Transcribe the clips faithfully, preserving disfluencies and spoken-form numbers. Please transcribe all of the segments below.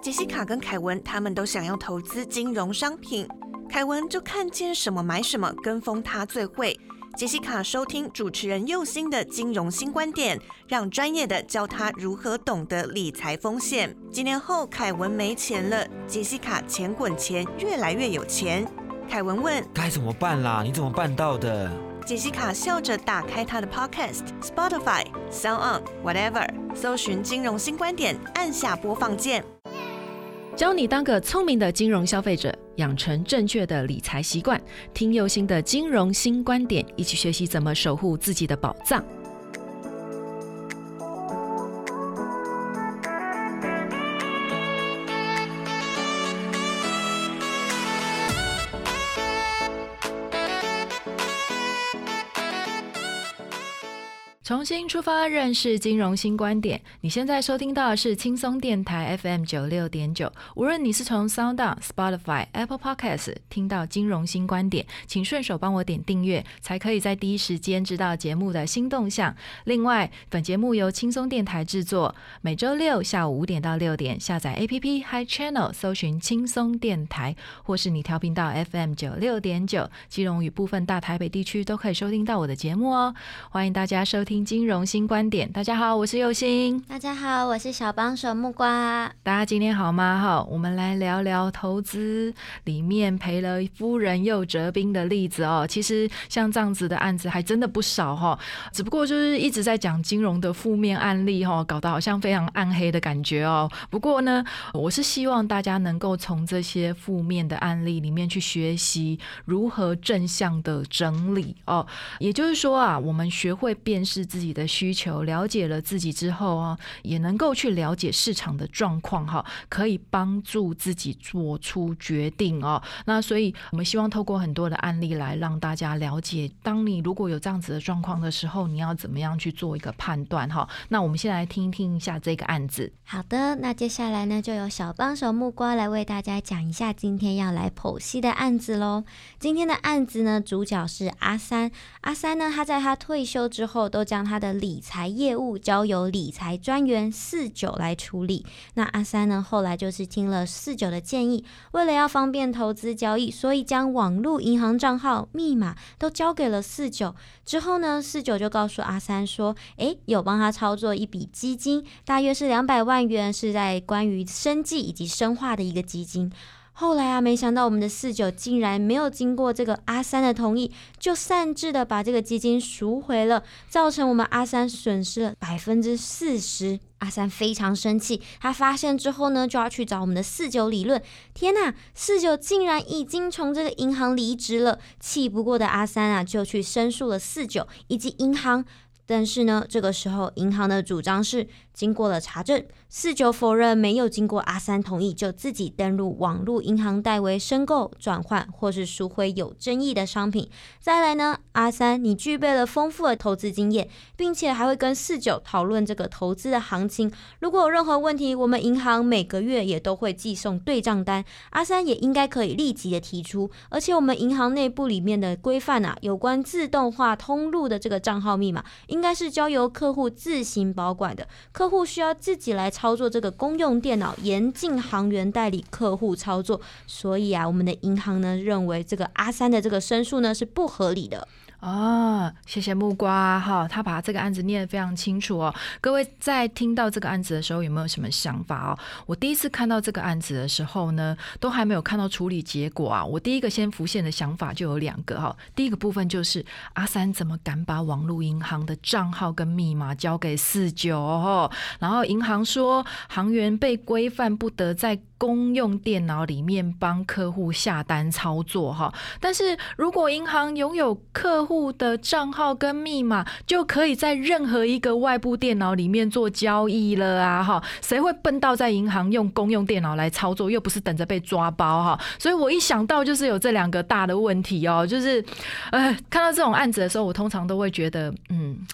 杰西卡跟凯文他们都想要投资金融商品，凯文就看见什么买什么，跟风他最会。杰西卡收听主持人佑星的金融新观点，让专业的教他如何懂得理财风险。几年后，凯文没钱了，杰西卡钱滚钱，越来越有钱。凯文问： 该怎么办啦？你怎么办到的？ 杰西卡笑着打开他的 Podcast、Spotify、SoundOn、Whatever， 搜寻金融新观点，按下播放键。 教你当个聪明的金融消费者，养成正确的理财习惯。听佑星的金融新观点，一起学习怎么守护自己的宝藏。重新出发，认识金融新观点。你现在收听到的是轻松电台 F M 九十六点九。无论你是从 SoundOn、Spotify、Apple Podcasts 听到金融新观点，请顺手帮我点订阅，才可以在第一时间知道节目的新动向。另外，本节目由轻松电台制作，每周六下午五点到六点，下载 A P P Hi Channel 搜寻轻松电台，或是你调频到 F M 九十六点九，基隆与部分大台北地区都可以收听到我的节目哦。欢迎大家收听金融新观点。大家好，我是佑星。 大家好，我是小帮手木瓜。 大家今天好吗？我们来聊聊投资里面赔了夫人又折兵的例子哦。其实像这样子的案子还真的不少哦，只不过就是一直在讲金融的负面案例哦，搞得好像非常暗黑的感觉哦。不过呢，我是希望大家能够从这些负面的案例里面去学习如何正向的整理哦。也就是说啊，我们学会辨识自己的需求，了解了自己之后啊，也能够去了解市场的状况哈，可以帮助自己做出决定哦。那所以我们希望透过很多的案例来让大家了解，当你如果有这样子的状况的时候，你要怎么样去做一个判断哈。那我们先来听一听一下这个案子。 好的，那接下来呢，就由小帮手木瓜来为大家讲一下今天要来剖析的案子咯。今天的案子呢，主角是阿三。阿三呢，他在他退休之后都将他的理财业务交由理财专员四九来处理。那阿三呢，后来就是听了四九的建议，为了要方便投资交易，所以将网络银行账号密码都交给了四九。之后呢，四九就告诉阿三说，诶，有帮他操作一笔基金，大约是两百万元，是在关于生技以及生化的一个基金。后来啊，没想到我们的四九竟然没有经过这个阿三的同意，就擅自的把这个基金赎回了，造成我们阿三损失了百分之四十。阿三非常生气，他发现之后呢，就要去找我们的四九理论。天哪，四九竟然已经从这个银行离职了！气不过的阿三啊，就去申诉了四九以及银行。但是呢，这个时候银行的主张是，经过了查证，四九否认没有经过阿三同意就自己登录网络银行代为申购、转换或是赎回有争议的商品。再来呢，阿三你具备了丰富的投资经验，并且还会跟四九讨论这个投资的行情。如果有任何问题，我们银行每个月也都会寄送对账单，阿三也应该可以立即的提出。而且我们银行内部里面的规范啊，有关自动化通路的这个账号密码，应该是交由客户自行保管的，客户需要自己来操作这个公用电脑，严禁行员代理客户操作。所以啊，我们的银行呢认为这个阿三的这个申诉呢是不合理的。 哦，谢谢木瓜哈，他把这个案子念得非常清楚哦。各位在听到这个案子的时候，有没有什么想法哦？我第一次看到这个案子的时候呢，都还没有看到处理结果啊。我第一个先浮现的想法就有两个哈。第一个部分就是阿三怎么敢把网络银行的账号跟密码交给四九哦？然后银行说行员被规范不得在公用电脑里面帮客户下单操作哈。但是如果银行拥有客户的账号跟密码，就可以在任何一个外部电脑里面做交易了啊哈！谁会笨到在银行用公用电脑来操作，又不是等着被抓包哈？所以我一想到就是有这两个大的问题哦，就是呃看到这种案子的时候，我通常都会觉得嗯。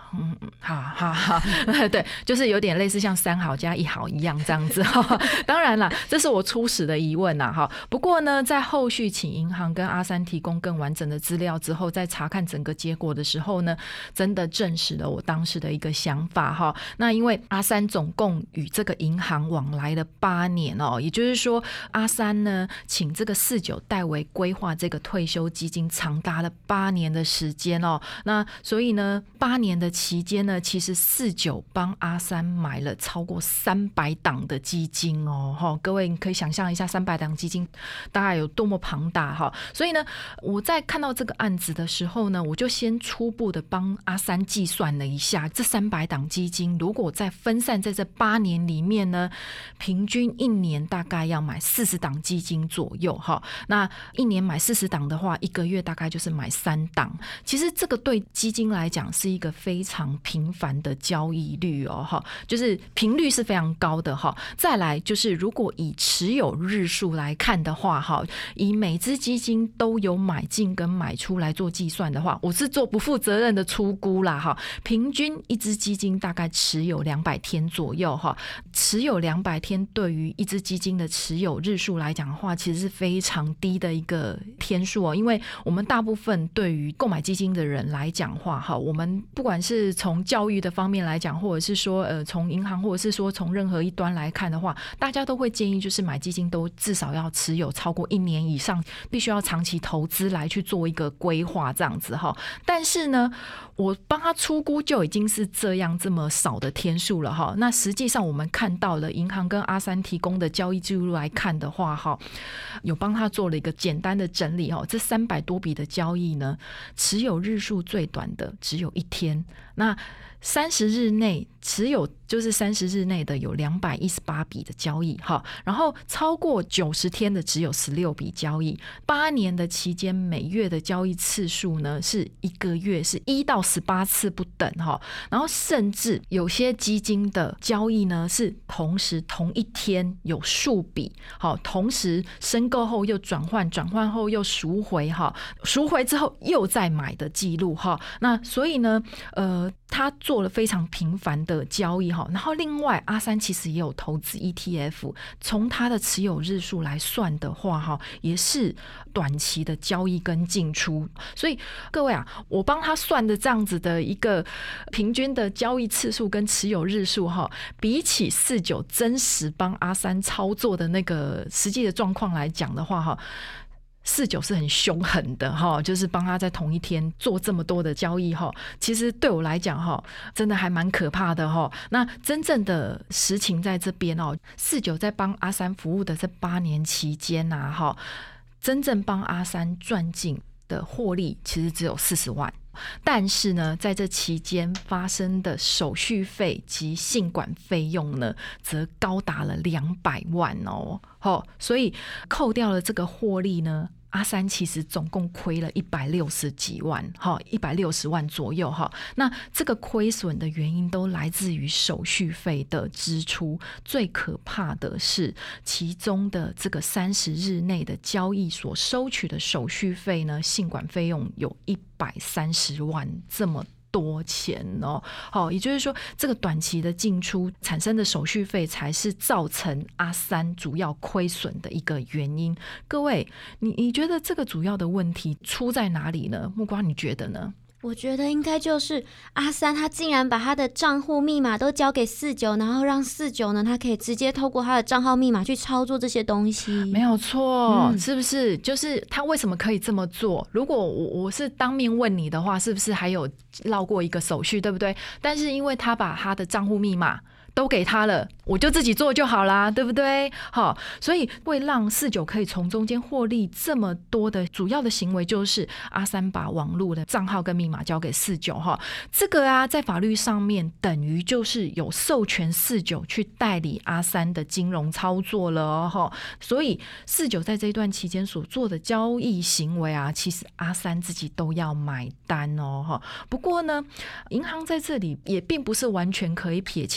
嗯，好好好，对，就是有点类似像三好加一好一样这样子。当然啦，这是我初始的疑问啦。哈，不过呢，在后续请银行跟阿三提供更完整的资料之后，在查看整个结果的时候呢，真的证实了我当时的一个想法哈。那因为阿三总共与这个银行往来了八年哦，也就是说，阿三呢，请这个四九代为规划这个退休基金，长达了八年的时间哦。那所以呢，八年的期间呢，其实四九帮阿三买了超过三百档的基金哦。哈，各位你可以想象一下，三百档基金大概有多么庞大哈。所以呢，我在看到这个案子的时候呢，我就先初步的帮阿三计算了一下，这三百档基金如果在分散在这八年里面呢，平均一年大概要买四十档基金左右哈。那一年买四十档的话，一个月大概就是买三档。其实这个对基金来讲是一个非常频繁的交易率哦，哈，就是频率是非常高的哈。再来就是如果以持有日数来看的话，哈，以每支基金都有买进跟买出来做计算的话，我是做不负责任的粗估啦哈。平均一支基金大概持有两百天左右哈，持有两百天对于一支基金的持有日数来讲的话，其实是非常低的一个天数哦。因为我们大部分对于购买基金的人来讲话哈，我们不管是从教育的方面来讲，或者是说呃从银行，或者是说从任何一端来看的话，大家都会建议就是买基金都至少要持有超过一年以上，必须要长期投资来去做一个规划这样子哈。但是呢，我帮他初估就已经是这样这么少的天数了哈。那实际上我们看到了银行跟阿三提供的交易记录来看的话哈，有帮他做了一个简单的整理哈。这三百多笔的交易呢，持有日数最短的只有一天，那三十日内持有就是三十日内的有两百一十八笔的交易哈，然后超过九十天的只有十六笔交易，八年的期间每月的交易次数呢是一个月是一到十八次不等哈，然后甚至有些基金的交易呢是同时同一天有数笔，好，同时申购后又转换，转换后又赎回哈，赎回之后又再买的记录哈，那所以呢，呃，他做了非常频繁的交易哈，然后另外阿三其实也有投资 E T F， 从他的持有日数来算的话哈，也是短期的交易跟进出，所以各位啊，我帮他算的这样子的一个平均的交易次数跟持有日数哈，比起四九真实帮阿三操作的那个实际的状况来讲的话哈，四九是很凶狠的哈，就是帮他在同一天做这么多的交易哈，其实对我来讲哈，真的还蛮可怕的哈。那真正的实情在这边哦，四九在帮阿三服务的这八年期间呐哈，真正帮阿三赚进的获利其实只有四十万。但是呢，在这期间发生的手续费及信管费用呢，则高达了两百万哦。哦，所以扣掉了这个获利呢，阿三其实总共亏了一百六十几万，一百六十万左右。那这个亏损的原因都来自于手续费的支出，最可怕的是其中的这个三十日内的交易所收取的手续费呢，信管费用有一百三十万这么多钱哦，好，也就是说，这个短期的进出产生的手续费才是造成阿三主要亏损的一个原因。各位，你你觉得这个主要的问题出在哪里呢？木瓜，你觉得呢？ 我觉得应该就是阿三他竟然把他的账户密码都交给四九，然后让四九呢，他可以直接透过他的账号密码去操作这些东西。 没有错， 嗯、 是不是？就是他为什么可以这么做？如果我我是当面问你的话，是不是还有绕过一个手续，对不对？但是因为他把他的账户密码都给他了，我就自己做就好啦，对不对？好，所以为让四九可以从中间获利这么多的主要的行为，就是阿三把网络的账号跟密码交给四九哈。这个啊，在法律上面等于就是有授权四九去代理阿三的金融操作了哦。所以四九在这一段期间所做的交易行为啊，其实阿三自己都要买单哦。不过呢，银行在这里也并不是完全可以撇清责任。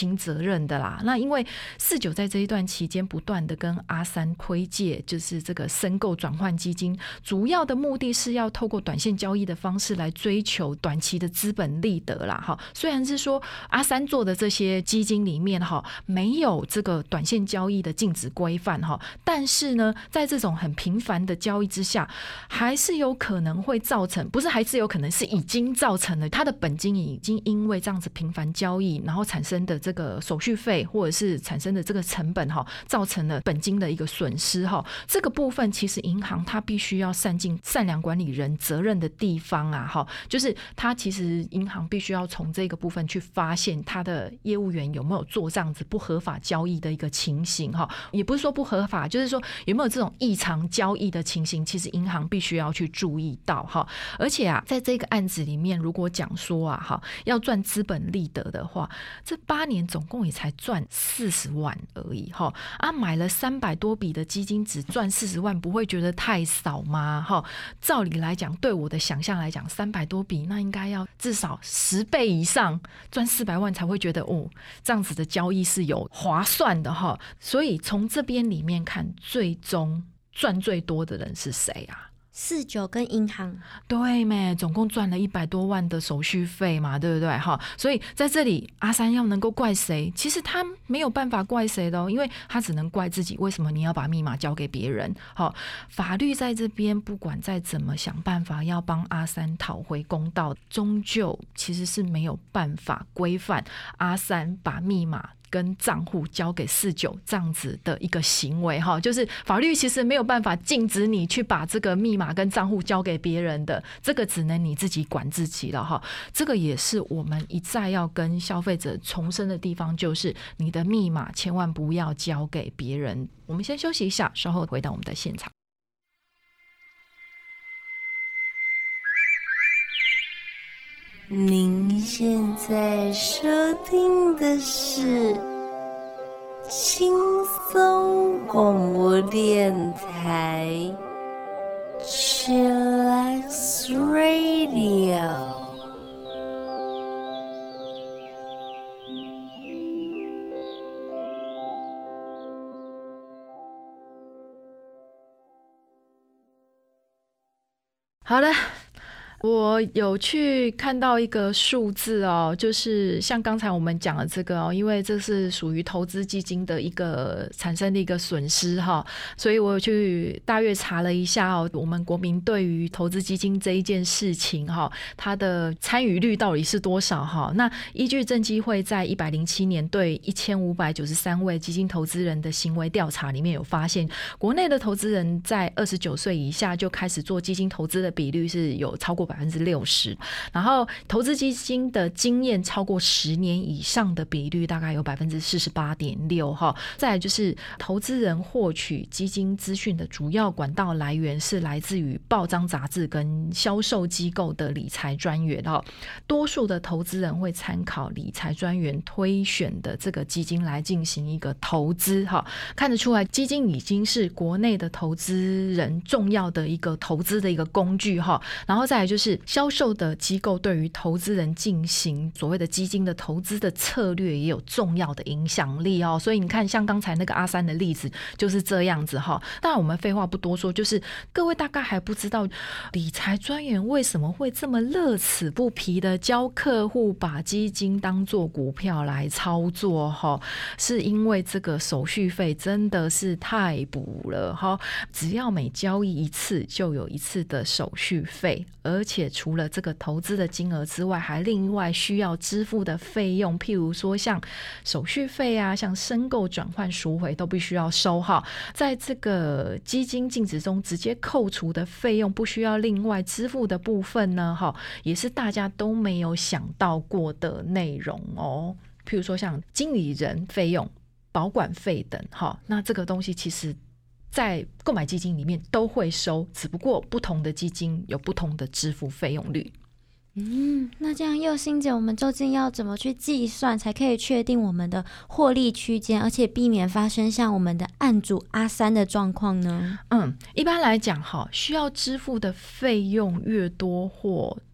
任的啦。那因为四九在这一段期间不断的跟阿三推介，就是这个申购转换基金，主要的目的是要透过短线交易的方式来追求短期的资本利得啦。虽然是说阿三做的这些基金里面没有这个短线交易的禁止规范，但是呢在这种很频繁的交易之下，还是有可能会造成，不是还是有可能是已经造成了他的本金已经因为这样子频繁交易然后产生的这个手续费或者是产生的这个成本造成了本金的一个损失。这个部分其实银行它必须要善尽善良管理人责任的地方啊，就是它其实银行必须要从这个部分去发现它的业务员有没有做这样子不合法交易的一个情形，也不是说不合法，就是说有没有这种异常交易的情形，其实银行必须要去注意到。而且啊在这个案子里面，如果讲说啊要赚资本利得的话，这八年总共也才赚四十万而已啊，买了三百多笔的基金只赚四十万，不会觉得太少吗？照理来讲，对我的想象来讲，三百多笔那应该要至少十倍以上，赚四百万才会觉得哦，这样子的交易是有划算的哈。所以从这边里面看，最终赚最多的人是谁啊？ 四九跟银行， 对咩，总共赚了一百多万的手续费嘛，对不对？所以在这里阿三要能够怪谁，其实他没有办法怪谁的哦，因为他只能怪自己，为什么你要把密码交给别人。法律在这边不管再怎么想办法要帮阿三讨回公道，终究其实是没有办法规范阿三把密码跟账户交给四九这样子的一个行为，就是法律其实没有办法禁止你去把这个密码跟账户交给别人的，这个只能你自己管自己了。这个也是我们一再要跟消费者重申的地方，就是你的密码千万不要交给别人。我们先休息一下，稍后回到我们的现场。 您现在收听的是轻松广播电台 Chillax Radio。 好了，我有去看到一个数字哦，就是像刚才我们讲的这个哦，因为这是属于投资基金的一个产生的一个损失哈，所以我有去大约查了一下哦，我们国民对于投资基金这一件事情哈，它的参与率到底是多少哈？那依据证基会在一百零七年对一千五百九十三位基金投资人的行为调查里面有发现，国内的投资人在二十九岁以下就开始做基金投资的比率是有超过百分之六十，然后投资基金的经验超过十年以上的比率大概有百分之四十八点六哈。再来就是投资人获取基金资讯的主要管道来源是来自于报章杂志跟销售机构的理财专员哈。多数的投资人会参考理财专员推选的这个基金来进行一个投资哈。看得出来，基金已经是国内的投资人重要的一个投资的一个工具哈。然后再来就是销售的机构对于投资人进行所谓的基金的投资的策略也有重要的影响力哦。所以你看像刚才那个阿三的例子就是这样子哈。当然我们废话不多说，就是各位大概还不知道理财专员为什么会这么乐此不疲的教客户把基金当作股票来操作哈，是因为这个手续费真的是太补了哈，只要每交易一次就有一次的手续费，而且除了这个投资的金额之外，还另外需要支付的费用，譬如说像手续费啊，像申购转换赎回都必须要收哈。在这个基金净值中直接扣除的费用不需要另外支付的部分呢，也是大家都没有想到过的内容哦。譬如说像经理人费用、保管费等，那这个东西其实在购买基金里面都会收，只不过不同的基金有不同的支付费用率。 嗯，那这样佑心姐，我们究竟要怎么去计算才可以确定我们的获利区间，而且避免发生像我们的案主阿三的状况呢？ 嗯，一般来讲需要支付的费用越多或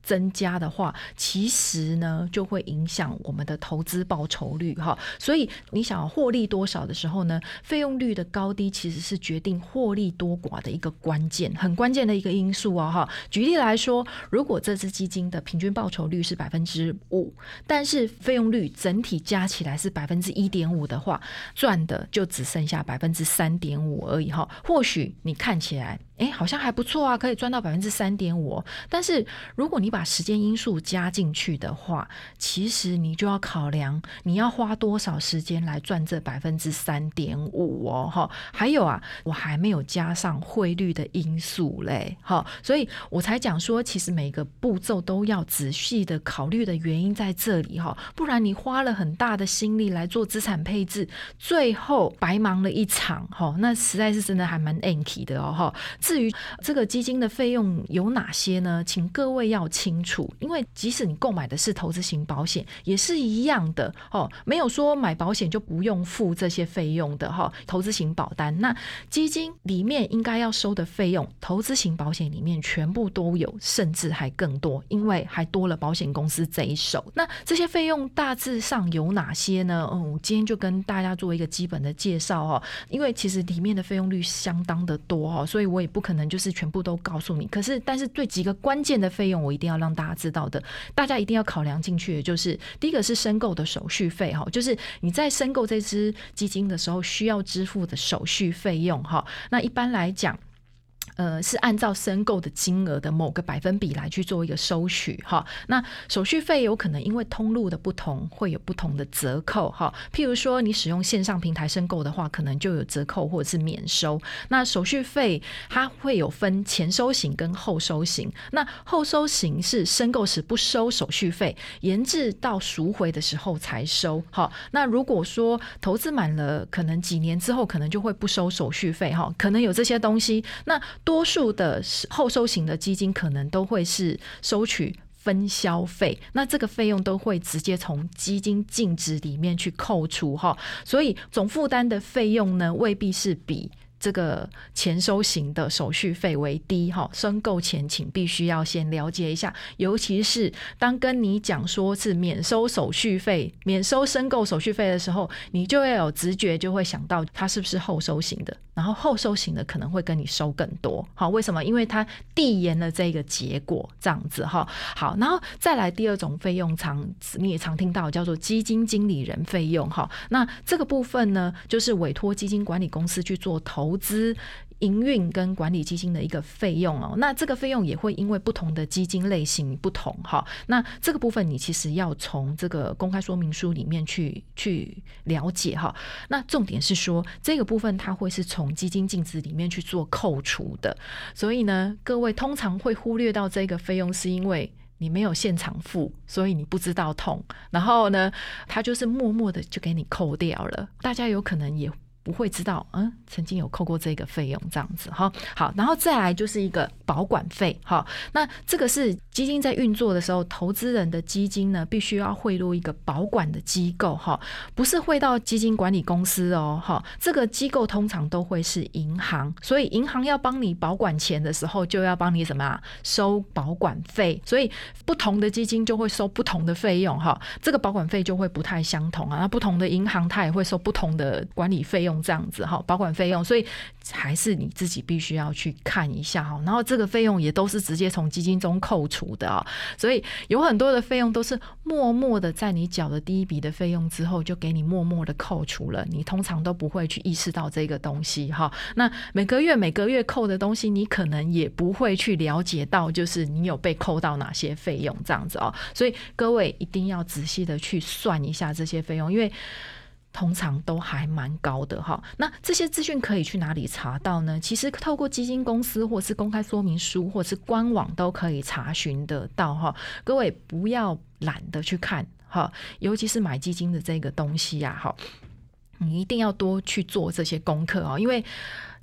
增加的话，其实呢就会影响我们的投资报酬率哈。所以你想要获利多少的时候呢，费用率的高低其实是决定获利多寡的一个关键，很关键的一个因素哦哈。举例来说，如果这支基金的平均报酬率是百分之五，但是费用率整体加起来是百分之一点五的话，赚的就只剩下百分之三点五而已哈。或许你看起来哎，好像还不错啊，可以赚到百分之三点五。但是如果你把时间因素加进去的话，其实你就要考量你要花多少时间来赚这百分之三点五哦。哈，还有啊，我还没有加上汇率的因素嘞。哈，所以我才讲说，其实每个步骤都要仔细的考虑的原因在这里哈，不然你花了很大的心力来做资产配置，最后白忙了一场哈，那实在是真的还蛮 anky 的哦哈。至于这个基金的费用有哪些呢？请各位要清楚，因为即使你购买的是投资型保险，也是一样的哦，没有说买保险就不用付这些费用的哈。投资型保单，那基金里面应该要收的费用，投资型保险里面全部都有，甚至还更多，因为还多了保险公司这一手。那这些费用大致上有哪些呢？嗯，我今天就跟大家做一个基本的介绍哦，因为其实里面的费用率相当的多哦，所以我也不可能就是全部都告诉你，可是但是对几个关键的费用我一定要让大家知道的，大家一定要考量进去的就是第一个是申购的手续费，就是你在申购这支基金的时候需要支付的手续费用。那一般来讲呃，是按照申购的金额的某个百分比来去做一个收取哈。那手续费有可能因为通路的不同会有不同的折扣哈。譬如说你使用线上平台申购的话，可能就有折扣或者是免收。那手续费它会有分前收型跟后收型。那后收型是申购时不收手续费，延至到赎回的时候才收哈。那如果说投资满了可能几年之后可能就会不收手续费哈，可能有这些东西。那多数的后收型的基金可能都会是收取分销费，那这个费用都会直接从基金净值里面去扣除哈，所以总负担的费用呢未必是比这个前收型的手续费为低哈，申购前请必须要先了解一下，尤其是当跟你讲说是免收手续费、免收申购手续费的时候，你就要有直觉，就会想到它是不是后收型的，然后后收型的可能会跟你收更多。好，为什么？因为它递延了这个结果，这样子哈。好，然后再来第二种费用常你也常听到叫做基金经理人费用哈。那这个部分呢，就是委托基金管理公司去做投资营运跟管理基金的一个费用哦，那这个费用也会因为不同的基金类型不同哈。那这个部分你其实要从这个公开说明书里面去去了解哈。那重点是说这个部分它会是从基金净值里面去做扣除的，所以呢，各位通常会忽略到这个费用，是因为你没有现场付，所以你不知道痛，然后呢，它就是默默的就给你扣掉了。大家有可能也不会知道，嗯，曾经有扣过这个费用这样子哈。好，然后再来就是一个保管费哈。那这个是基金在运作的时候，投资人的基金呢必须要汇入一个保管的机构哈，不是汇到基金管理公司哦哈。这个机构通常都会是银行，所以银行要帮你保管钱的时候，就要帮你什么啊？收保管费。所以不同的基金就会收不同的费用哈，这个保管费就会不太相同啊。那不同的银行它也会收不同的管理费用。这样子哈，保管费用，所以还是你自己必须要去看一下哈。然后这个费用也都是直接从基金中扣除的啊，所以有很多的费用都是默默的在你缴的第一笔的费用之后，就给你默默的扣除了，你通常都不会去意识到这个东西哈。那每个月每个月扣的东西，你可能也不会去了解到，就是你有被扣到哪些费用这样子哦。所以各位一定要仔细的去算一下这些费用，因为通常都还蛮高的哈。那这些资讯可以去哪里查到呢？其实透过基金公司或是公开说明书或是官网都可以查询得到哈。各位不要懒得去看哈，尤其是买基金的这个东西啊哈，你一定要多去做这些功课哦，因为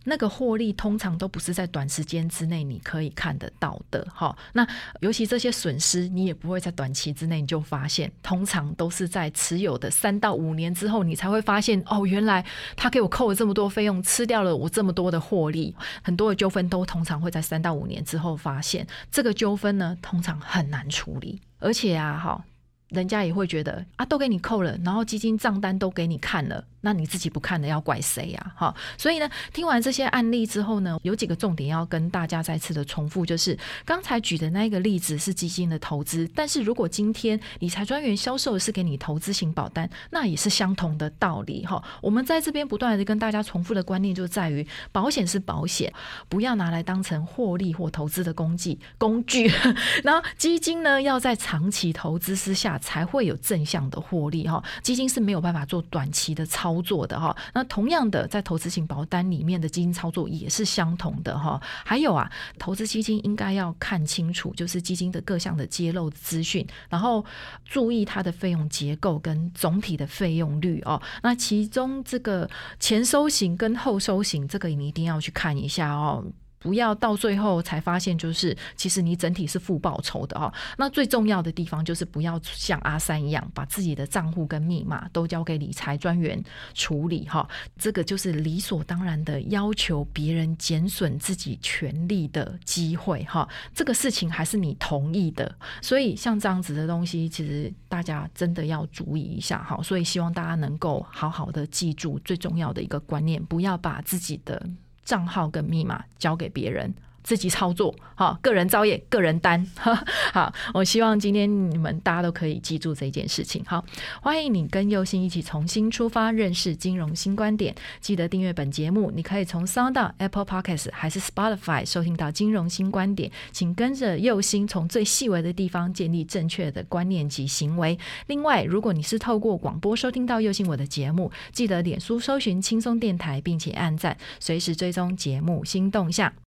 那个获利通常都不是在短时间之内你可以看得到的。那尤其这些损失你也不会在短期之内你就发现，通常都是在持有的三到五年之后你才会发现，哦，原来他给我扣了这么多费用，吃掉了我这么多的获利。很多的纠纷都通常会在三到五年之后发现，这个纠纷呢通常很难处理，而且啊人家也会觉得啊，都给你扣了，然后基金账单都给你看了，那你自己不看了要怪谁呀、啊？所以呢，听完这些案例之后呢，有几个重点要跟大家再次的重复，就是刚才举的那一个例子是基金的投资，但是如果今天理财专员销售的是给你投资型保单，那也是相同的道理。我们在这边不断的跟大家重复的观念就在于，保险是保险，不要拿来当成获利或投资的工具工具然后基金呢，要在长期投资之下才会有正向的获利。基金是没有办法做短期的操作的。那同样的，在投资型保单里面的基金操作也是相同的。还有啊，投资基金应该要看清楚就是基金的各项的揭露资讯，然后注意它的费用结构跟总体的费用率。那其中这个前收型跟后收型，这个你一定要去看一下哦，不要到最后才发现就是其实你整体是负报酬的。那最重要的地方就是不要像阿三一样把自己的账户跟密码都交给理财专员处理。这个就是理所当然的要求别人减损自己权利的机会。这个事情还是你同意的，所以像这样子的东西其实大家真的要注意一下。所以希望大家能够好好的记住最重要的一个观念，不要把自己的账号跟密码交给别人，自己操作。好，个人造业，个人担。好，我希望今天你们大家都可以记住这件事情。好，欢迎你跟佑星一起重新出发，认识金融新观点。记得订阅本节目，你可以从 SoundOn、Apple Podcast 还是 Spotify 收听到金融新观点。请跟着佑星从最细微的地方建立正确的观念及行为。另外，如果你是透过广播收听到佑星我的节目，记得脸书搜寻轻松电台，并且按赞，随时追踪节目新动向。